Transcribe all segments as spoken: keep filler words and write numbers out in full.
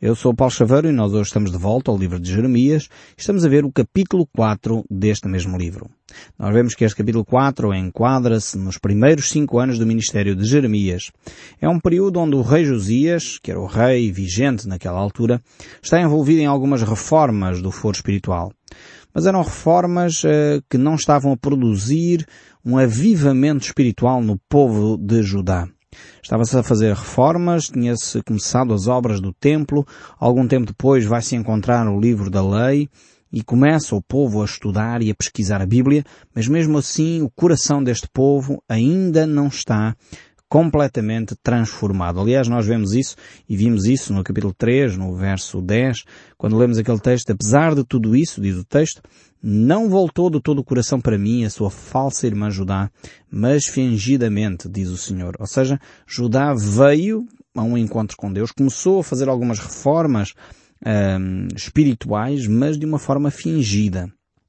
Eu sou o Paulo Chaveiro e nós hoje estamos de volta ao livro de Jeremias. Estamos a ver o capítulo quatro deste mesmo livro. Nós vemos que este capítulo quatro enquadra-se nos primeiros cinco anos do ministério de Jeremias. É um período onde o rei Josias, que era o rei vigente naquela altura, está envolvido em algumas reformas do foro espiritual. Mas eram reformas eh, que não estavam a produzir um avivamento espiritual no povo de Judá. Estava-se a fazer reformas, tinha-se começado as obras do templo, algum tempo depois vai-se encontrar o livro da lei e começa o povo a estudar e a pesquisar a Bíblia, mas mesmo assim o coração deste povo ainda não está completamente transformado. Aliás, nós vemos isso e vimos isso no capítulo três, no verso dez, quando lemos aquele texto: apesar de tudo isso, diz o texto, não voltou de todo o coração para mim a sua falsa irmã Judá, mas fingidamente, diz o Senhor. Ou seja, Judá veio a um encontro com Deus, começou a fazer algumas reformas hum, espirituais, mas de uma forma fingida.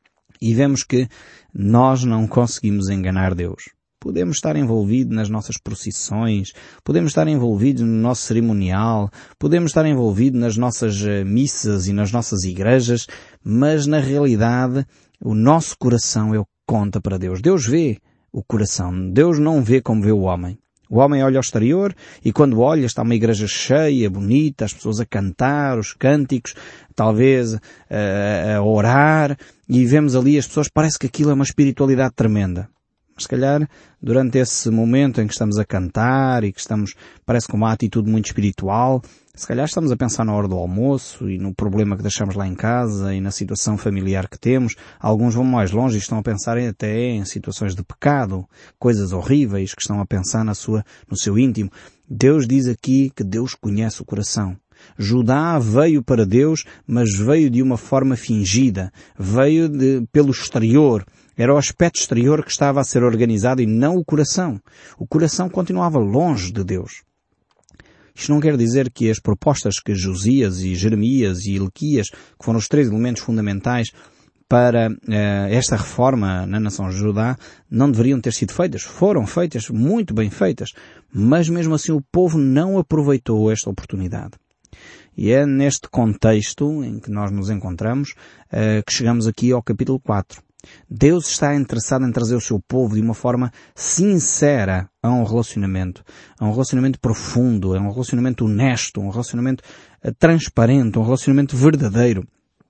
E vemos que nós não conseguimos enganar Deus. Podemos estar envolvidos nas nossas procissões, podemos estar envolvidos no nosso cerimonial, podemos estar envolvidos nas nossas missas e nas nossas igrejas, mas na realidade o nosso coração é o que conta para Deus. Deus vê o coração, Deus não vê como vê o homem. O homem olha ao exterior e quando olha está uma igreja cheia, bonita, as pessoas a cantar, os cânticos, talvez a, a orar, e vemos ali as pessoas, parece que aquilo é uma espiritualidade tremenda. Mas se calhar, durante esse momento em que estamos a cantar e que estamos, parece com uma atitude muito espiritual, se calhar estamos a pensar na hora do almoço e no problema que deixamos lá em casa e na situação familiar que temos. Alguns vão mais longe e estão a pensar até em situações de pecado, coisas horríveis que estão a pensar na sua, no seu íntimo. Deus diz aqui que Deus conhece o coração. Judá veio para Deus, mas veio de uma forma fingida, veio de, pelo exterior. Era o aspecto exterior que estava a ser organizado e não o coração. O coração continuava longe de Deus. Isto não quer dizer que as propostas que Josias e Jeremias e Ilquias, que foram os três elementos fundamentais para uh, esta reforma na nação de Judá, não deveriam ter sido feitas. Foram feitas, muito bem feitas, mas mesmo assim o povo não aproveitou esta oportunidade. E é neste contexto em que nós nos encontramos uh, que chegamos aqui ao capítulo quatro. Deus está interessado em trazer o seu povo de uma forma sincera a um relacionamento, a um relacionamento profundo, a um relacionamento honesto, um relacionamento transparente, um relacionamento verdadeiro.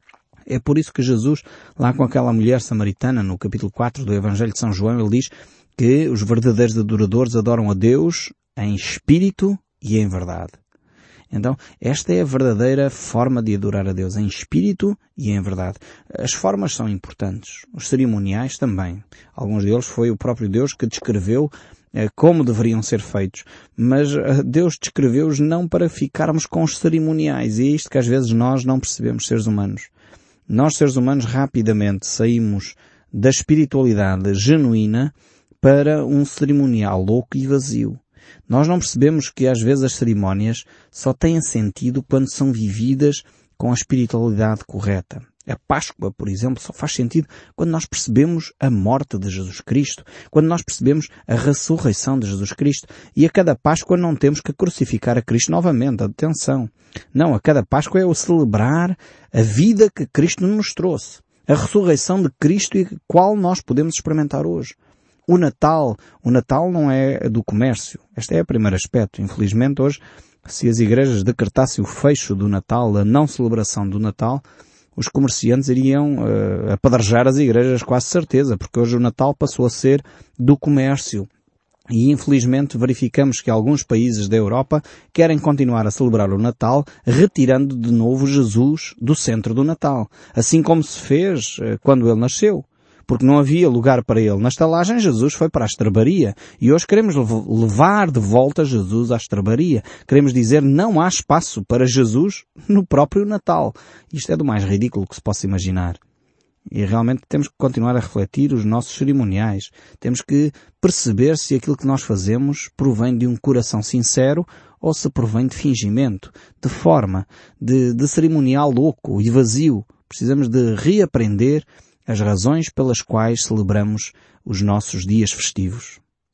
É por isso que Jesus, lá com aquela mulher samaritana, no capítulo quatro do Evangelho de São João, ele diz que os verdadeiros adoradores adoram a Deus em espírito e em verdade. Então, esta é a verdadeira forma de adorar a Deus, em espírito e em verdade. As formas são importantes, os cerimoniais também. Alguns deles foi o próprio Deus que descreveu eh, como deveriam ser feitos. Mas eh, Deus descreveu-os não para ficarmos com os cerimoniais. E é isto que às vezes nós não percebemos, seres humanos. Nós, seres humanos, rapidamente saímos da espiritualidade genuína para um cerimonial louco e vazio. Nós não percebemos que às vezes as cerimónias só têm sentido quando são vividas com a espiritualidade correta. A Páscoa, por exemplo, só faz sentido quando nós percebemos a morte de Jesus Cristo, quando nós percebemos a ressurreição de Jesus Cristo. E a cada Páscoa não temos que crucificar a Cristo novamente, atenção. Não, a cada Páscoa é o celebrar a vida que Cristo nos trouxe, a ressurreição de Cristo e a qual nós podemos experimentar hoje. O Natal, o Natal não é do comércio. Este é o primeiro aspecto. Infelizmente hoje, se as igrejas decretassem o fecho do Natal, a não celebração do Natal, os comerciantes iriam uh, apedrejar as igrejas, quase certeza, porque hoje o Natal passou a ser do comércio. E infelizmente verificamos que alguns países da Europa querem continuar a celebrar o Natal, retirando de novo Jesus do centro do Natal. Assim como se fez uh, quando ele nasceu. Porque não havia lugar para ele na estalagem, Jesus foi para a estrebaria. E hoje queremos levar de volta Jesus à estrebaria. Queremos dizer, não há espaço para Jesus no próprio Natal. Isto é do mais ridículo que se possa imaginar. E realmente temos que continuar a refletir os nossos cerimoniais. Temos que perceber se aquilo que nós fazemos provém de um coração sincero ou se provém de fingimento, de forma, de, de cerimonial louco e vazio. Precisamos de reaprender as razões pelas quais celebramos os nossos dias festivos.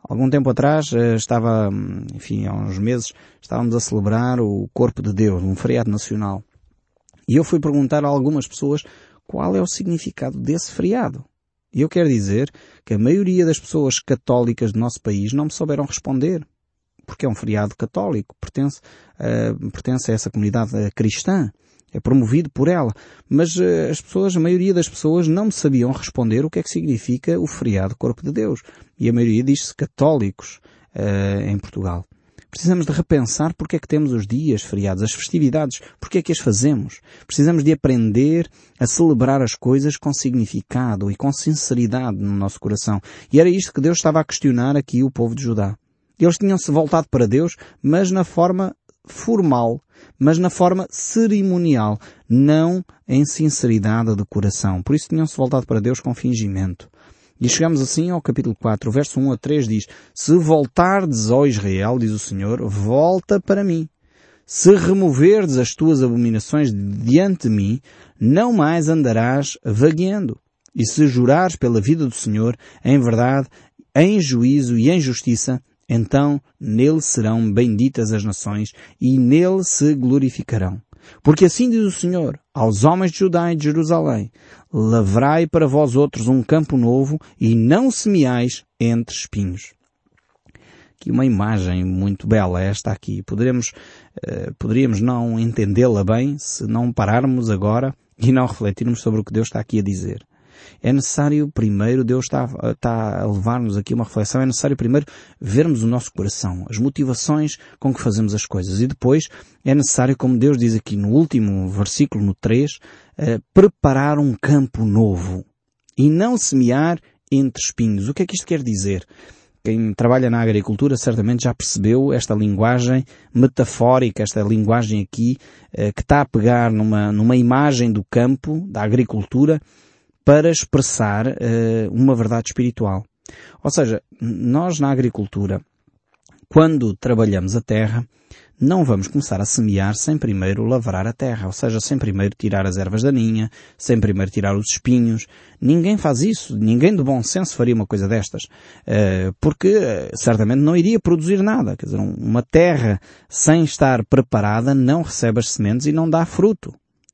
Algum tempo atrás estava, enfim, há uns meses, estávamos a celebrar o Corpo de Deus, um feriado nacional. E eu fui perguntar a algumas pessoas qual é o significado desse feriado. E eu quero dizer que a maioria das pessoas católicas do nosso país não me souberam responder. Porque é um feriado católico, pertence, uh, pertence a essa comunidade cristã, é promovido por ela. Mas uh, as pessoas, a maioria das pessoas não me sabiam responder o que é que significa o feriado Corpo de Deus. E a maioria diz-se católicos uh, em Portugal. Precisamos de repensar porque é que temos os dias feriados, as festividades, porque é que as fazemos. Precisamos de aprender a celebrar as coisas com significado e com sinceridade no nosso coração. E era isto que Deus estava a questionar aqui o povo de Judá. Eles tinham-se voltado para Deus, mas na forma formal, mas na forma cerimonial, não em sinceridade de coração. Por isso tinham-se voltado para Deus com fingimento. E chegamos assim ao capítulo quatro, verso um a três diz: Se voltardes, ó Israel, diz o Senhor, volta para mim. Se removerdes as tuas abominações diante de mim, não mais andarás vagueando. E se jurares pela vida do Senhor, em verdade, em juízo e em justiça, então nele serão benditas as nações e nele se glorificarão. Porque assim diz o Senhor aos homens de Judá e de Jerusalém: lavrai para vós outros um campo novo e não semeais entre espinhos. Aqui uma imagem muito bela esta aqui. Poderemos, uh, poderíamos não entendê-la bem se não pararmos agora e não refletirmos sobre o que Deus está aqui a dizer. É necessário primeiro, Deus está, está a levar-nos aqui uma reflexão, é necessário primeiro vermos o nosso coração, as motivações com que fazemos as coisas. E depois é necessário, como Deus diz aqui no último versículo, no três, eh, preparar um campo novo e não semear entre espinhos. O que é que isto quer dizer? Quem trabalha na agricultura certamente já percebeu esta linguagem metafórica, esta linguagem aqui, eh, que está a pegar numa, numa imagem do campo, da agricultura, para expressar uh, uma verdade espiritual. Ou seja, nós na agricultura, quando trabalhamos a terra, não vamos começar a semear sem primeiro lavrar a terra, ou seja, sem primeiro tirar as ervas daninhas, sem primeiro tirar os espinhos. Ninguém faz isso, ninguém de bom senso faria uma coisa destas, uh, porque uh, certamente não iria produzir nada. Quer dizer, uma terra sem estar preparada não recebe as sementes e não dá fruto.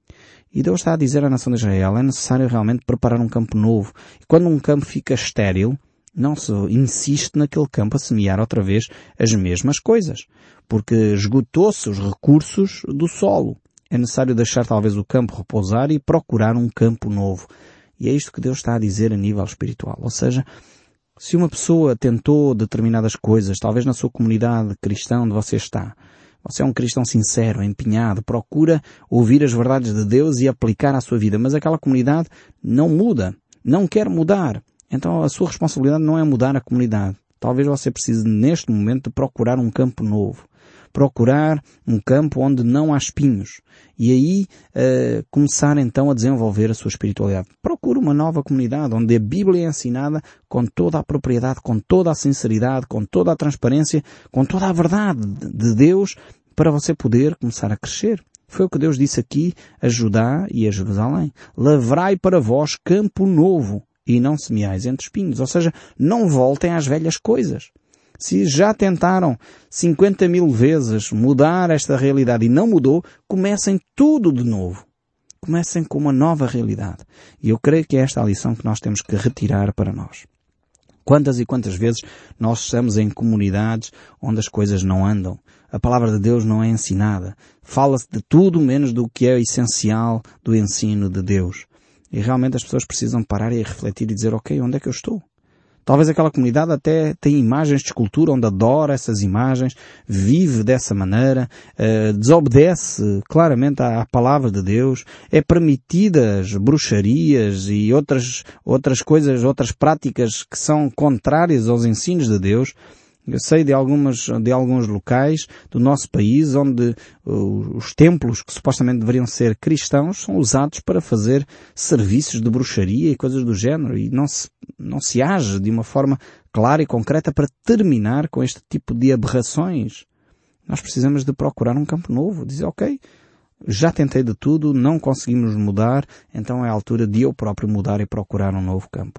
E Deus está a dizer à nação de Israel, é necessário realmente preparar um campo novo. E quando um campo fica estéril, não se insiste naquele campo a semear outra vez as mesmas coisas, porque esgotou-se os recursos do solo. É necessário deixar talvez o campo repousar e procurar um campo novo. E é isto que Deus está a dizer a nível espiritual. Ou seja, se uma pessoa tentou determinadas coisas, talvez na sua comunidade cristã onde você está, você é um cristão sincero, empenhado, procura ouvir as verdades de Deus e aplicar à sua vida, mas aquela comunidade não muda, não quer mudar. Então a sua responsabilidade não é mudar a comunidade. Talvez você precise neste momento de procurar um campo novo. Procurar um campo onde não há espinhos. E aí uh, começar então a desenvolver a sua espiritualidade. Procure uma nova comunidade onde a Bíblia é ensinada com toda a propriedade, com toda a sinceridade, com toda a transparência, com toda a verdade de Deus, para você poder começar a crescer. Foi o que Deus disse aqui a Judá e a Jerusalém. Lavrai para vós campo novo e não semeais entre espinhos. Ou seja, não voltem às velhas coisas. Se já tentaram cinquenta mil vezes mudar esta realidade e não mudou, comecem tudo de novo. Comecem com uma nova realidade. E eu creio que é esta a lição que nós temos que retirar para nós. Quantas e quantas vezes nós estamos em comunidades onde as coisas não andam. A palavra de Deus não é ensinada. Fala-se de tudo menos do que é essencial do ensino de Deus. E realmente as pessoas precisam parar e refletir e dizer, ok, onde é que eu estou? Talvez aquela comunidade até tenha imagens de escultura onde adora essas imagens, vive dessa maneira, uh, desobedece claramente à, à palavra de Deus, é permitidas bruxarias e outras, outras coisas, outras práticas que são contrárias aos ensinos de Deus. Eu sei de algumas, de alguns locais do nosso país onde uh, os templos que supostamente deveriam ser cristãos são usados para fazer serviços de bruxaria e coisas do género e não se, não se age de uma forma clara e concreta para terminar com este tipo de aberrações. Nós precisamos de procurar um campo novo, dizer, ok, já tentei de tudo, não conseguimos mudar, então é a altura de eu próprio mudar e procurar um novo campo.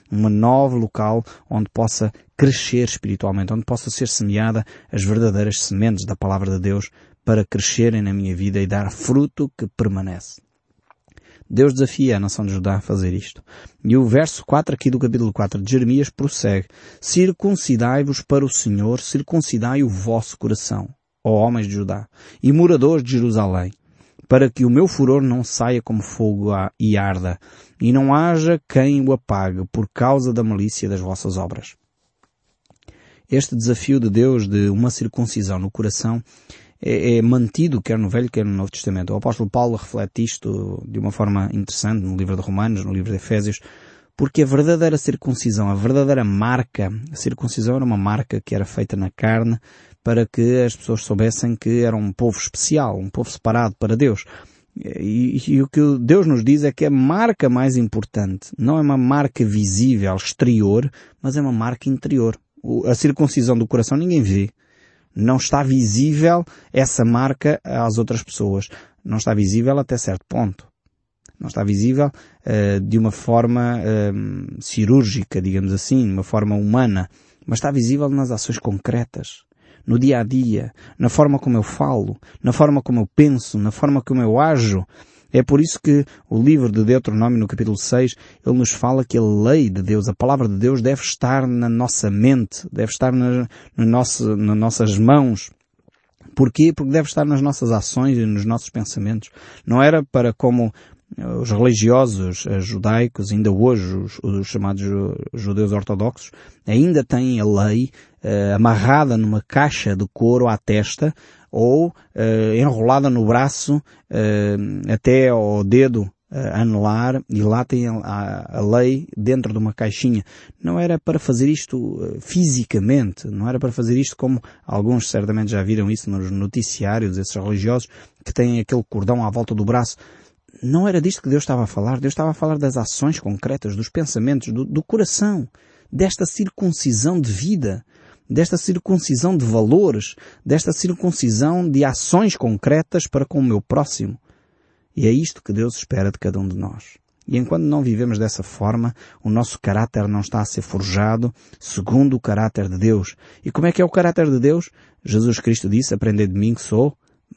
um novo local onde possa crescer espiritualmente, onde possa ser semeada as verdadeiras sementes da palavra de Deus para crescerem na minha vida e dar fruto que permanece. Deus desafia a nação de Judá a fazer isto. E o verso quatro aqui do capítulo quatro de Jeremias prossegue: circuncidai-vos para o Senhor, circuncidai o vosso coração, ó homens de Judá, e moradores de Jerusalém, para que o meu furor não saia como fogo e arda, e não haja quem o apague por causa da malícia das vossas obras. Este desafio de Deus de uma circuncisão no coração é, é mantido quer no Velho quer no Novo Testamento. O apóstolo Paulo reflete isto de uma forma interessante no livro de Romanos, no livro de Efésios, porque a verdadeira circuncisão, a verdadeira marca, a circuncisão era uma marca que era feita na carne para que as pessoas soubessem que era um povo especial, um povo separado para Deus. E, e, e o que Deus nos diz é que a marca mais importante não é uma marca visível, exterior, mas é uma marca interior. O, a circuncisão do coração ninguém vê. Não está visível essa marca às outras pessoas. Não está visível até certo ponto. Não está visível uh, de uma forma uh, cirúrgica, digamos assim, de uma forma humana. Mas está visível nas ações concretas, no dia a dia, na forma como eu falo, na forma como eu penso, na forma como eu ajo. É por isso que o livro de Deuteronômio, no capítulo seis, ele nos fala que a lei de Deus, a palavra de Deus, deve estar na nossa mente, deve estar na, na nossa, nas nossas mãos. Porquê? Porque deve estar nas nossas ações e nos nossos pensamentos. Não era para como os religiosos judaicos, ainda hoje os, os chamados judeus ortodoxos, ainda têm a lei uh, amarrada numa caixa de couro à testa ou uh, enrolada no braço uh, até ao dedo uh, anelar, e lá tem a, a lei dentro de uma caixinha. Não era para fazer isto uh, fisicamente, não era para fazer isto como alguns certamente já viram isso nos noticiários, esses religiosos que têm aquele cordão à volta do braço. Não era disto que Deus estava a falar. Deus estava a falar das ações concretas, dos pensamentos, do, do coração, desta circuncisão de vida, desta circuncisão de valores, desta circuncisão de ações concretas para com o meu próximo. E é isto que Deus espera de cada um de nós. E enquanto não vivemos dessa forma, o nosso caráter não está a ser forjado segundo o caráter de Deus. E como é que é o caráter de Deus? Jesus Cristo disse: aprendei de mim que sou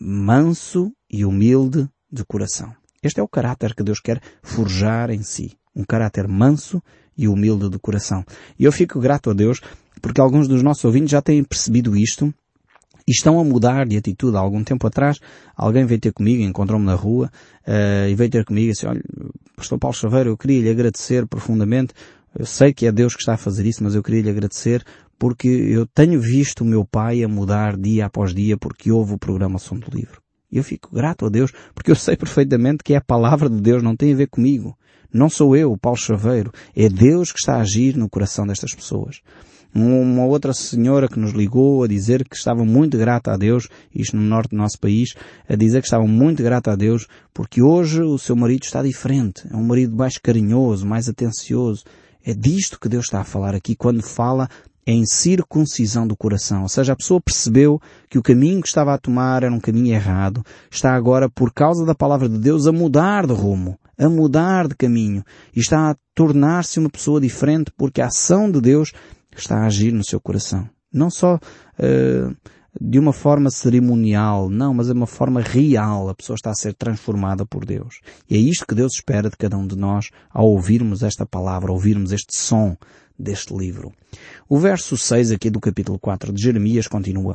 manso e humilde de coração. Este é o caráter que Deus quer forjar em si. Um caráter manso e humilde de coração. E eu fico grato a Deus porque alguns dos nossos ouvintes já têm percebido isto e estão a mudar de atitude. Há algum tempo atrás, alguém veio ter comigo, encontrou-me na rua uh, e veio ter comigo e disse: olha, pastor Paulo Chaveiro, eu queria lhe agradecer profundamente. Eu sei que é Deus que está a fazer isso, mas eu queria lhe agradecer porque eu tenho visto o meu pai a mudar dia após dia porque houve o programa Som do Livro. E eu fico grato a Deus, porque eu sei perfeitamente que é a palavra de Deus, não tem a ver comigo. Não sou eu, o Paulo Chaveiro. É Deus que está a agir no coração destas pessoas. Uma outra senhora que nos ligou a dizer que estava muito grata a Deus, isto no norte do nosso país, a dizer que estava muito grata a Deus, porque hoje o seu marido está diferente. É um marido mais carinhoso, mais atencioso. É disto que Deus está a falar aqui quando fala em circuncisão do coração. Ou seja, a pessoa percebeu que o caminho que estava a tomar era um caminho errado. Está agora, por causa da palavra de Deus, a mudar de rumo, a mudar de caminho. E está a tornar-se uma pessoa diferente porque a ação de Deus está a agir no seu coração. Não só uh, de uma forma cerimonial, não, mas de uma forma real. A pessoa está a ser transformada por Deus. E é isto que Deus espera de cada um de nós ao ouvirmos esta palavra, ouvirmos este som deste livro. O verso seis aqui do capítulo quatro de Jeremias continua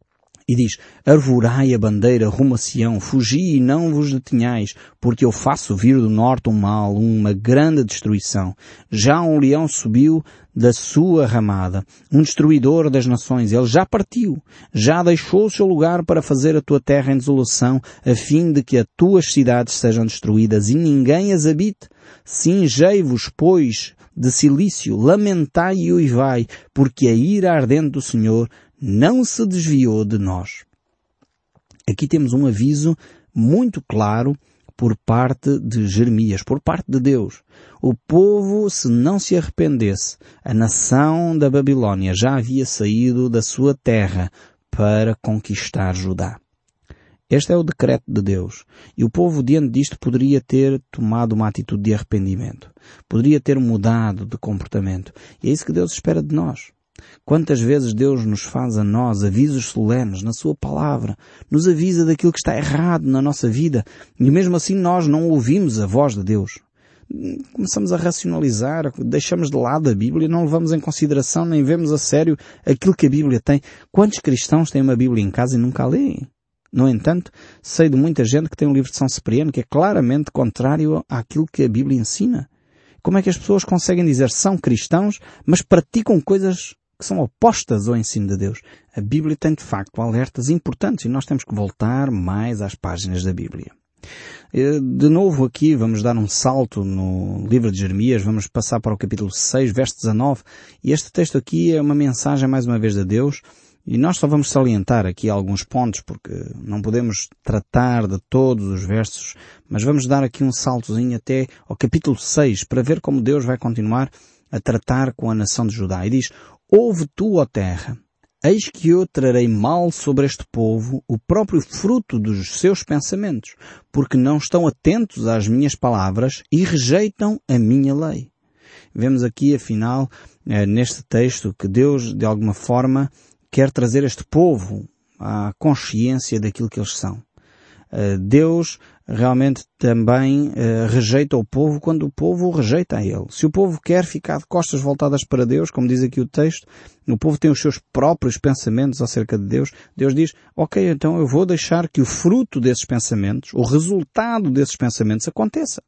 e diz: arvorai a bandeira rumo a Sião, fugi e não vos detenhais, porque eu faço vir do norte um mal, uma grande destruição. Já um leão subiu da sua ramada, um destruidor das nações. Ele já partiu, já deixou o seu lugar para fazer a tua terra em desolação, a fim de que as tuas cidades sejam destruídas e ninguém as habite. Cingei-vos, pois, de cilício, lamentai e uivai, porque a ira ardente do Senhor não se desviou de nós. Aqui temos um aviso muito claro por parte de Jeremias, por parte de Deus. O povo, se não se arrependesse, a nação da Babilônia já havia saído da sua terra para conquistar Judá. Este é o decreto de Deus. E o povo, diante disto, poderia ter tomado uma atitude de arrependimento. Poderia ter mudado de comportamento. E é isso que Deus espera de nós. Quantas vezes Deus nos faz a nós avisos solenes na sua palavra, nos avisa daquilo que está errado na nossa vida, e mesmo assim nós não ouvimos a voz de Deus. Começamos a racionalizar, deixamos de lado a Bíblia, não levamos em consideração, nem vemos a sério aquilo que a Bíblia tem. Quantos cristãos têm uma Bíblia em casa e nunca a leem? No entanto, sei de muita gente que tem um livro de São Cipriano que é claramente contrário àquilo que a Bíblia ensina. Como é que as pessoas conseguem dizer são cristãos, mas praticam coisas que são opostas ao ensino de Deus? A Bíblia tem de facto alertas importantes e nós temos que voltar mais às páginas da Bíblia. De novo aqui vamos dar um salto no livro de Jeremias, vamos passar para o capítulo seis, verso dezanove, e este texto aqui é uma mensagem mais uma vez de Deus, e nós só vamos salientar aqui alguns pontos, porque não podemos tratar de todos os versos, mas vamos dar aqui um saltozinho até ao capítulo seis, para ver como Deus vai continuar a tratar com a nação de Judá. E diz: ouve tu, ó terra, eis que eu trarei mal sobre este povo, o próprio fruto dos seus pensamentos, porque não estão atentos às minhas palavras e rejeitam a minha lei. Vemos aqui, afinal, neste texto, que Deus, de alguma forma, quer trazer este povo à consciência daquilo que eles são. Deus realmente também uh, rejeita o povo quando o povo o rejeita a ele. Se o povo quer ficar de costas voltadas para Deus, como diz aqui o texto, o povo tem os seus próprios pensamentos acerca de Deus, Deus diz: ok, então eu vou deixar que o fruto desses pensamentos, o resultado desses pensamentos aconteça.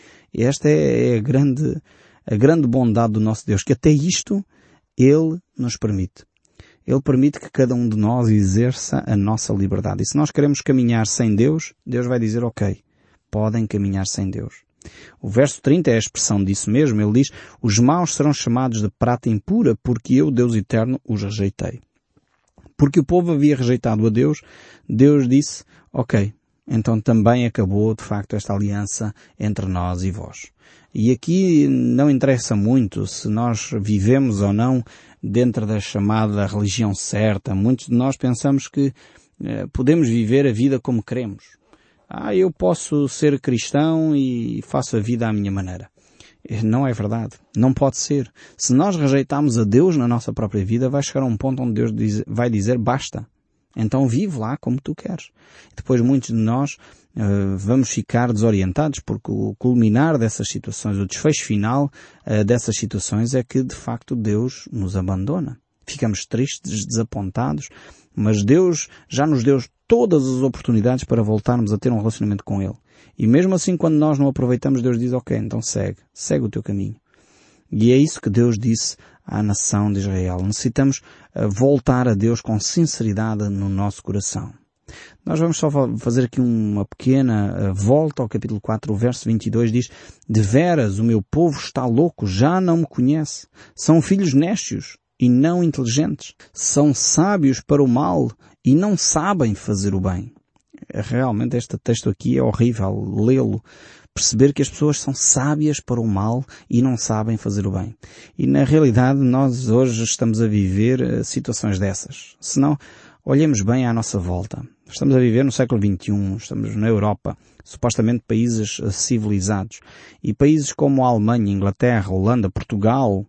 E esta é a grande, a grande bondade do nosso Deus, que até isto Ele nos permite. Ele permite que cada um de nós exerça a nossa liberdade. E se nós queremos caminhar sem Deus, Deus vai dizer: ok, podem caminhar sem Deus. O verso trinta é a expressão disso mesmo. Ele diz: os maus serão chamados de prata impura, porque eu, Deus eterno, os rejeitei. Porque o povo havia rejeitado a Deus, Deus disse: ok, então também acabou de facto esta aliança entre nós e vós. E aqui não interessa muito se nós vivemos ou não dentro da chamada religião certa. Muitos de nós pensamos que eh, podemos viver a vida como queremos. Ah, eu posso ser cristão e faço a vida à minha maneira. Não é verdade. Não pode ser. Se nós rejeitarmos a Deus na nossa própria vida, vai chegar a um ponto onde Deus diz, vai dizer basta. Então vive lá como tu queres. Depois muitos de nós uh, vamos ficar desorientados, porque o culminar dessas situações, o desfecho final uh, dessas situações é que de facto Deus nos abandona. Ficamos tristes, desapontados, mas Deus já nos deu todas as oportunidades para voltarmos a ter um relacionamento com Ele. E mesmo assim, quando nós não aproveitamos, Deus diz: ok, então segue, segue o teu caminho. E é isso que Deus disse à nação de Israel. Necessitamos voltar a Deus com sinceridade no nosso coração. Nós vamos só fazer aqui uma pequena volta ao capítulo quatro, o verso vinte e dois diz: deveras o meu povo está louco, já não me conhece. São filhos nécios e não inteligentes. São sábios para o mal e não sabem fazer o bem. Realmente este texto aqui é horrível lê-lo. Perceber que as pessoas são sábias para o mal e não sabem fazer o bem. E na realidade nós hoje estamos a viver uh, situações dessas. Se não, olhemos bem à nossa volta. Estamos a viver no século vinte e um, estamos na Europa, supostamente países uh, civilizados. E países como a Alemanha, Inglaterra, Holanda, Portugal,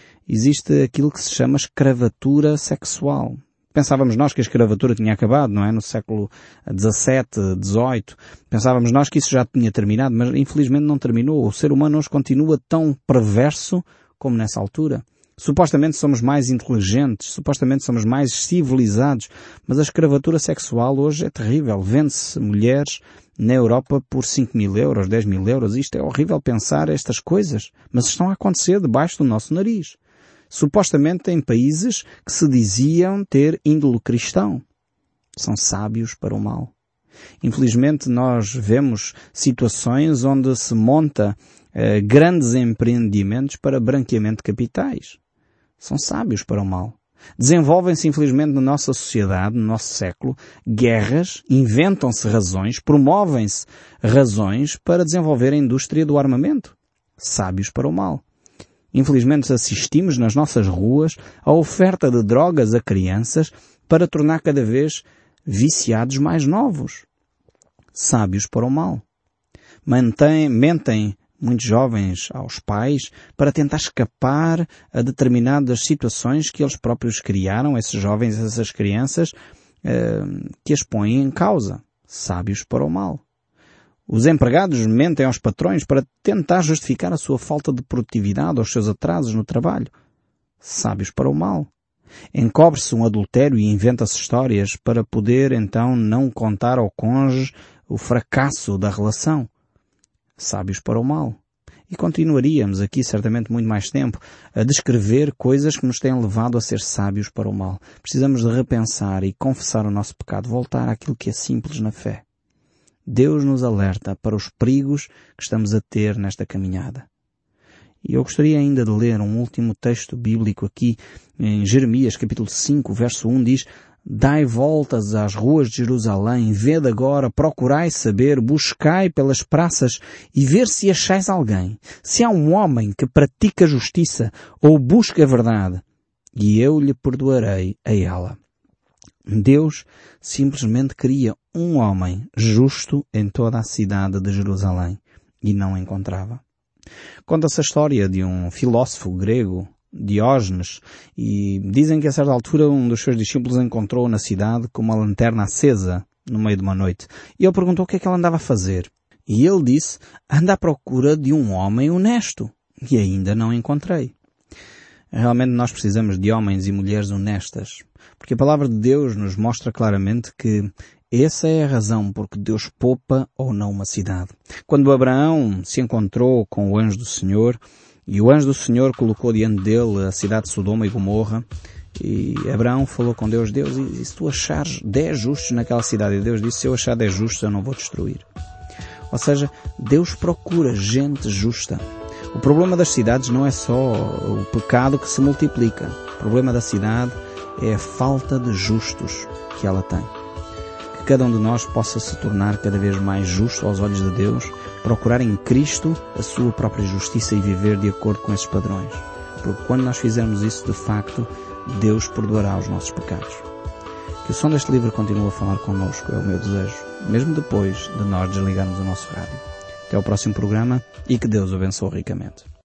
existe aquilo que se chama escravatura sexual. Pensávamos nós que a escravatura tinha acabado, não é? No século dezassete, dezoito. Pensávamos nós que isso já tinha terminado, mas infelizmente não terminou. O ser humano hoje continua tão perverso como nessa altura. Supostamente somos mais inteligentes, supostamente somos mais civilizados, mas a escravatura sexual hoje é terrível. Vende-se mulheres na Europa por cinco mil euros, dez mil euros. Isto é horrível pensar estas coisas, mas estão a acontecer debaixo do nosso nariz. Supostamente em países que se diziam ter índole cristão. São sábios para o mal. Infelizmente nós vemos situações onde se monta eh, grandes empreendimentos para branqueamento de capitais. São sábios para o mal. Desenvolvem-se infelizmente na nossa sociedade, no nosso século, guerras, inventam-se razões, promovem-se razões para desenvolver a indústria do armamento. Sábios para o mal. Infelizmente assistimos nas nossas ruas à oferta de drogas a crianças para tornar cada vez viciados mais novos. sábios para o mal. Mantém, mentem muitos jovens aos pais para tentar escapar a determinadas situações que eles próprios criaram, esses jovens, essas crianças, eh, que as põem em causa. Sábios para o mal. Os empregados mentem aos patrões para tentar justificar a sua falta de produtividade ou os seus atrasos no trabalho. Sábios para o mal. Encobre-se um adultério e inventa-se histórias para poder então não contar ao cônjuge o fracasso da relação. Sábios para o mal. E continuaríamos aqui certamente muito mais tempo a descrever coisas que nos têm levado a ser sábios para o mal. Precisamos de repensar e confessar o nosso pecado, voltar àquilo que é simples na fé. Deus nos alerta para os perigos que estamos a ter nesta caminhada. E eu gostaria ainda de ler um último texto bíblico aqui em Jeremias, capítulo cinco, verso um, diz: Dai voltas às ruas de Jerusalém, vede agora, procurai saber, buscai pelas praças e ver se achais alguém, se há um homem que pratica justiça ou busca a verdade, e eu lhe perdoarei a ela. Deus simplesmente queria um homem justo em toda a cidade de Jerusalém e não encontrava. Conta-se a história de um filósofo grego, Diógenes, e dizem que a certa altura um dos seus discípulos encontrou na cidade com uma lanterna acesa no meio de uma noite. E ele perguntou o que é que ela andava a fazer. E ele disse: anda à procura de um homem honesto. E ainda não encontrei. Realmente nós precisamos de homens e mulheres honestas. Porque a palavra de Deus nos mostra claramente que essa é a razão por que Deus poupa ou não uma cidade. Quando Abraão se encontrou com o anjo do Senhor, e o anjo do Senhor colocou diante dele a cidade de Sodoma e Gomorra, e Abraão falou com Deus: Deus, e se tu achares dez justos naquela cidade? E Deus disse: se eu achar dez justos, eu não vou destruir. Ou seja, Deus procura gente justa. O problema das cidades não é só o pecado que se multiplica. O problema da cidade é a falta de justos que ela tem. Que cada um de nós possa se tornar cada vez mais justo aos olhos de Deus, procurar em Cristo a sua própria justiça e viver de acordo com esses padrões. Porque quando nós fizermos isso, de facto, Deus perdoará os nossos pecados. Que o som deste livro continue a falar connosco, é o meu desejo, mesmo depois de nós desligarmos o nosso rádio. Até ao próximo programa e que Deus o abençoe ricamente.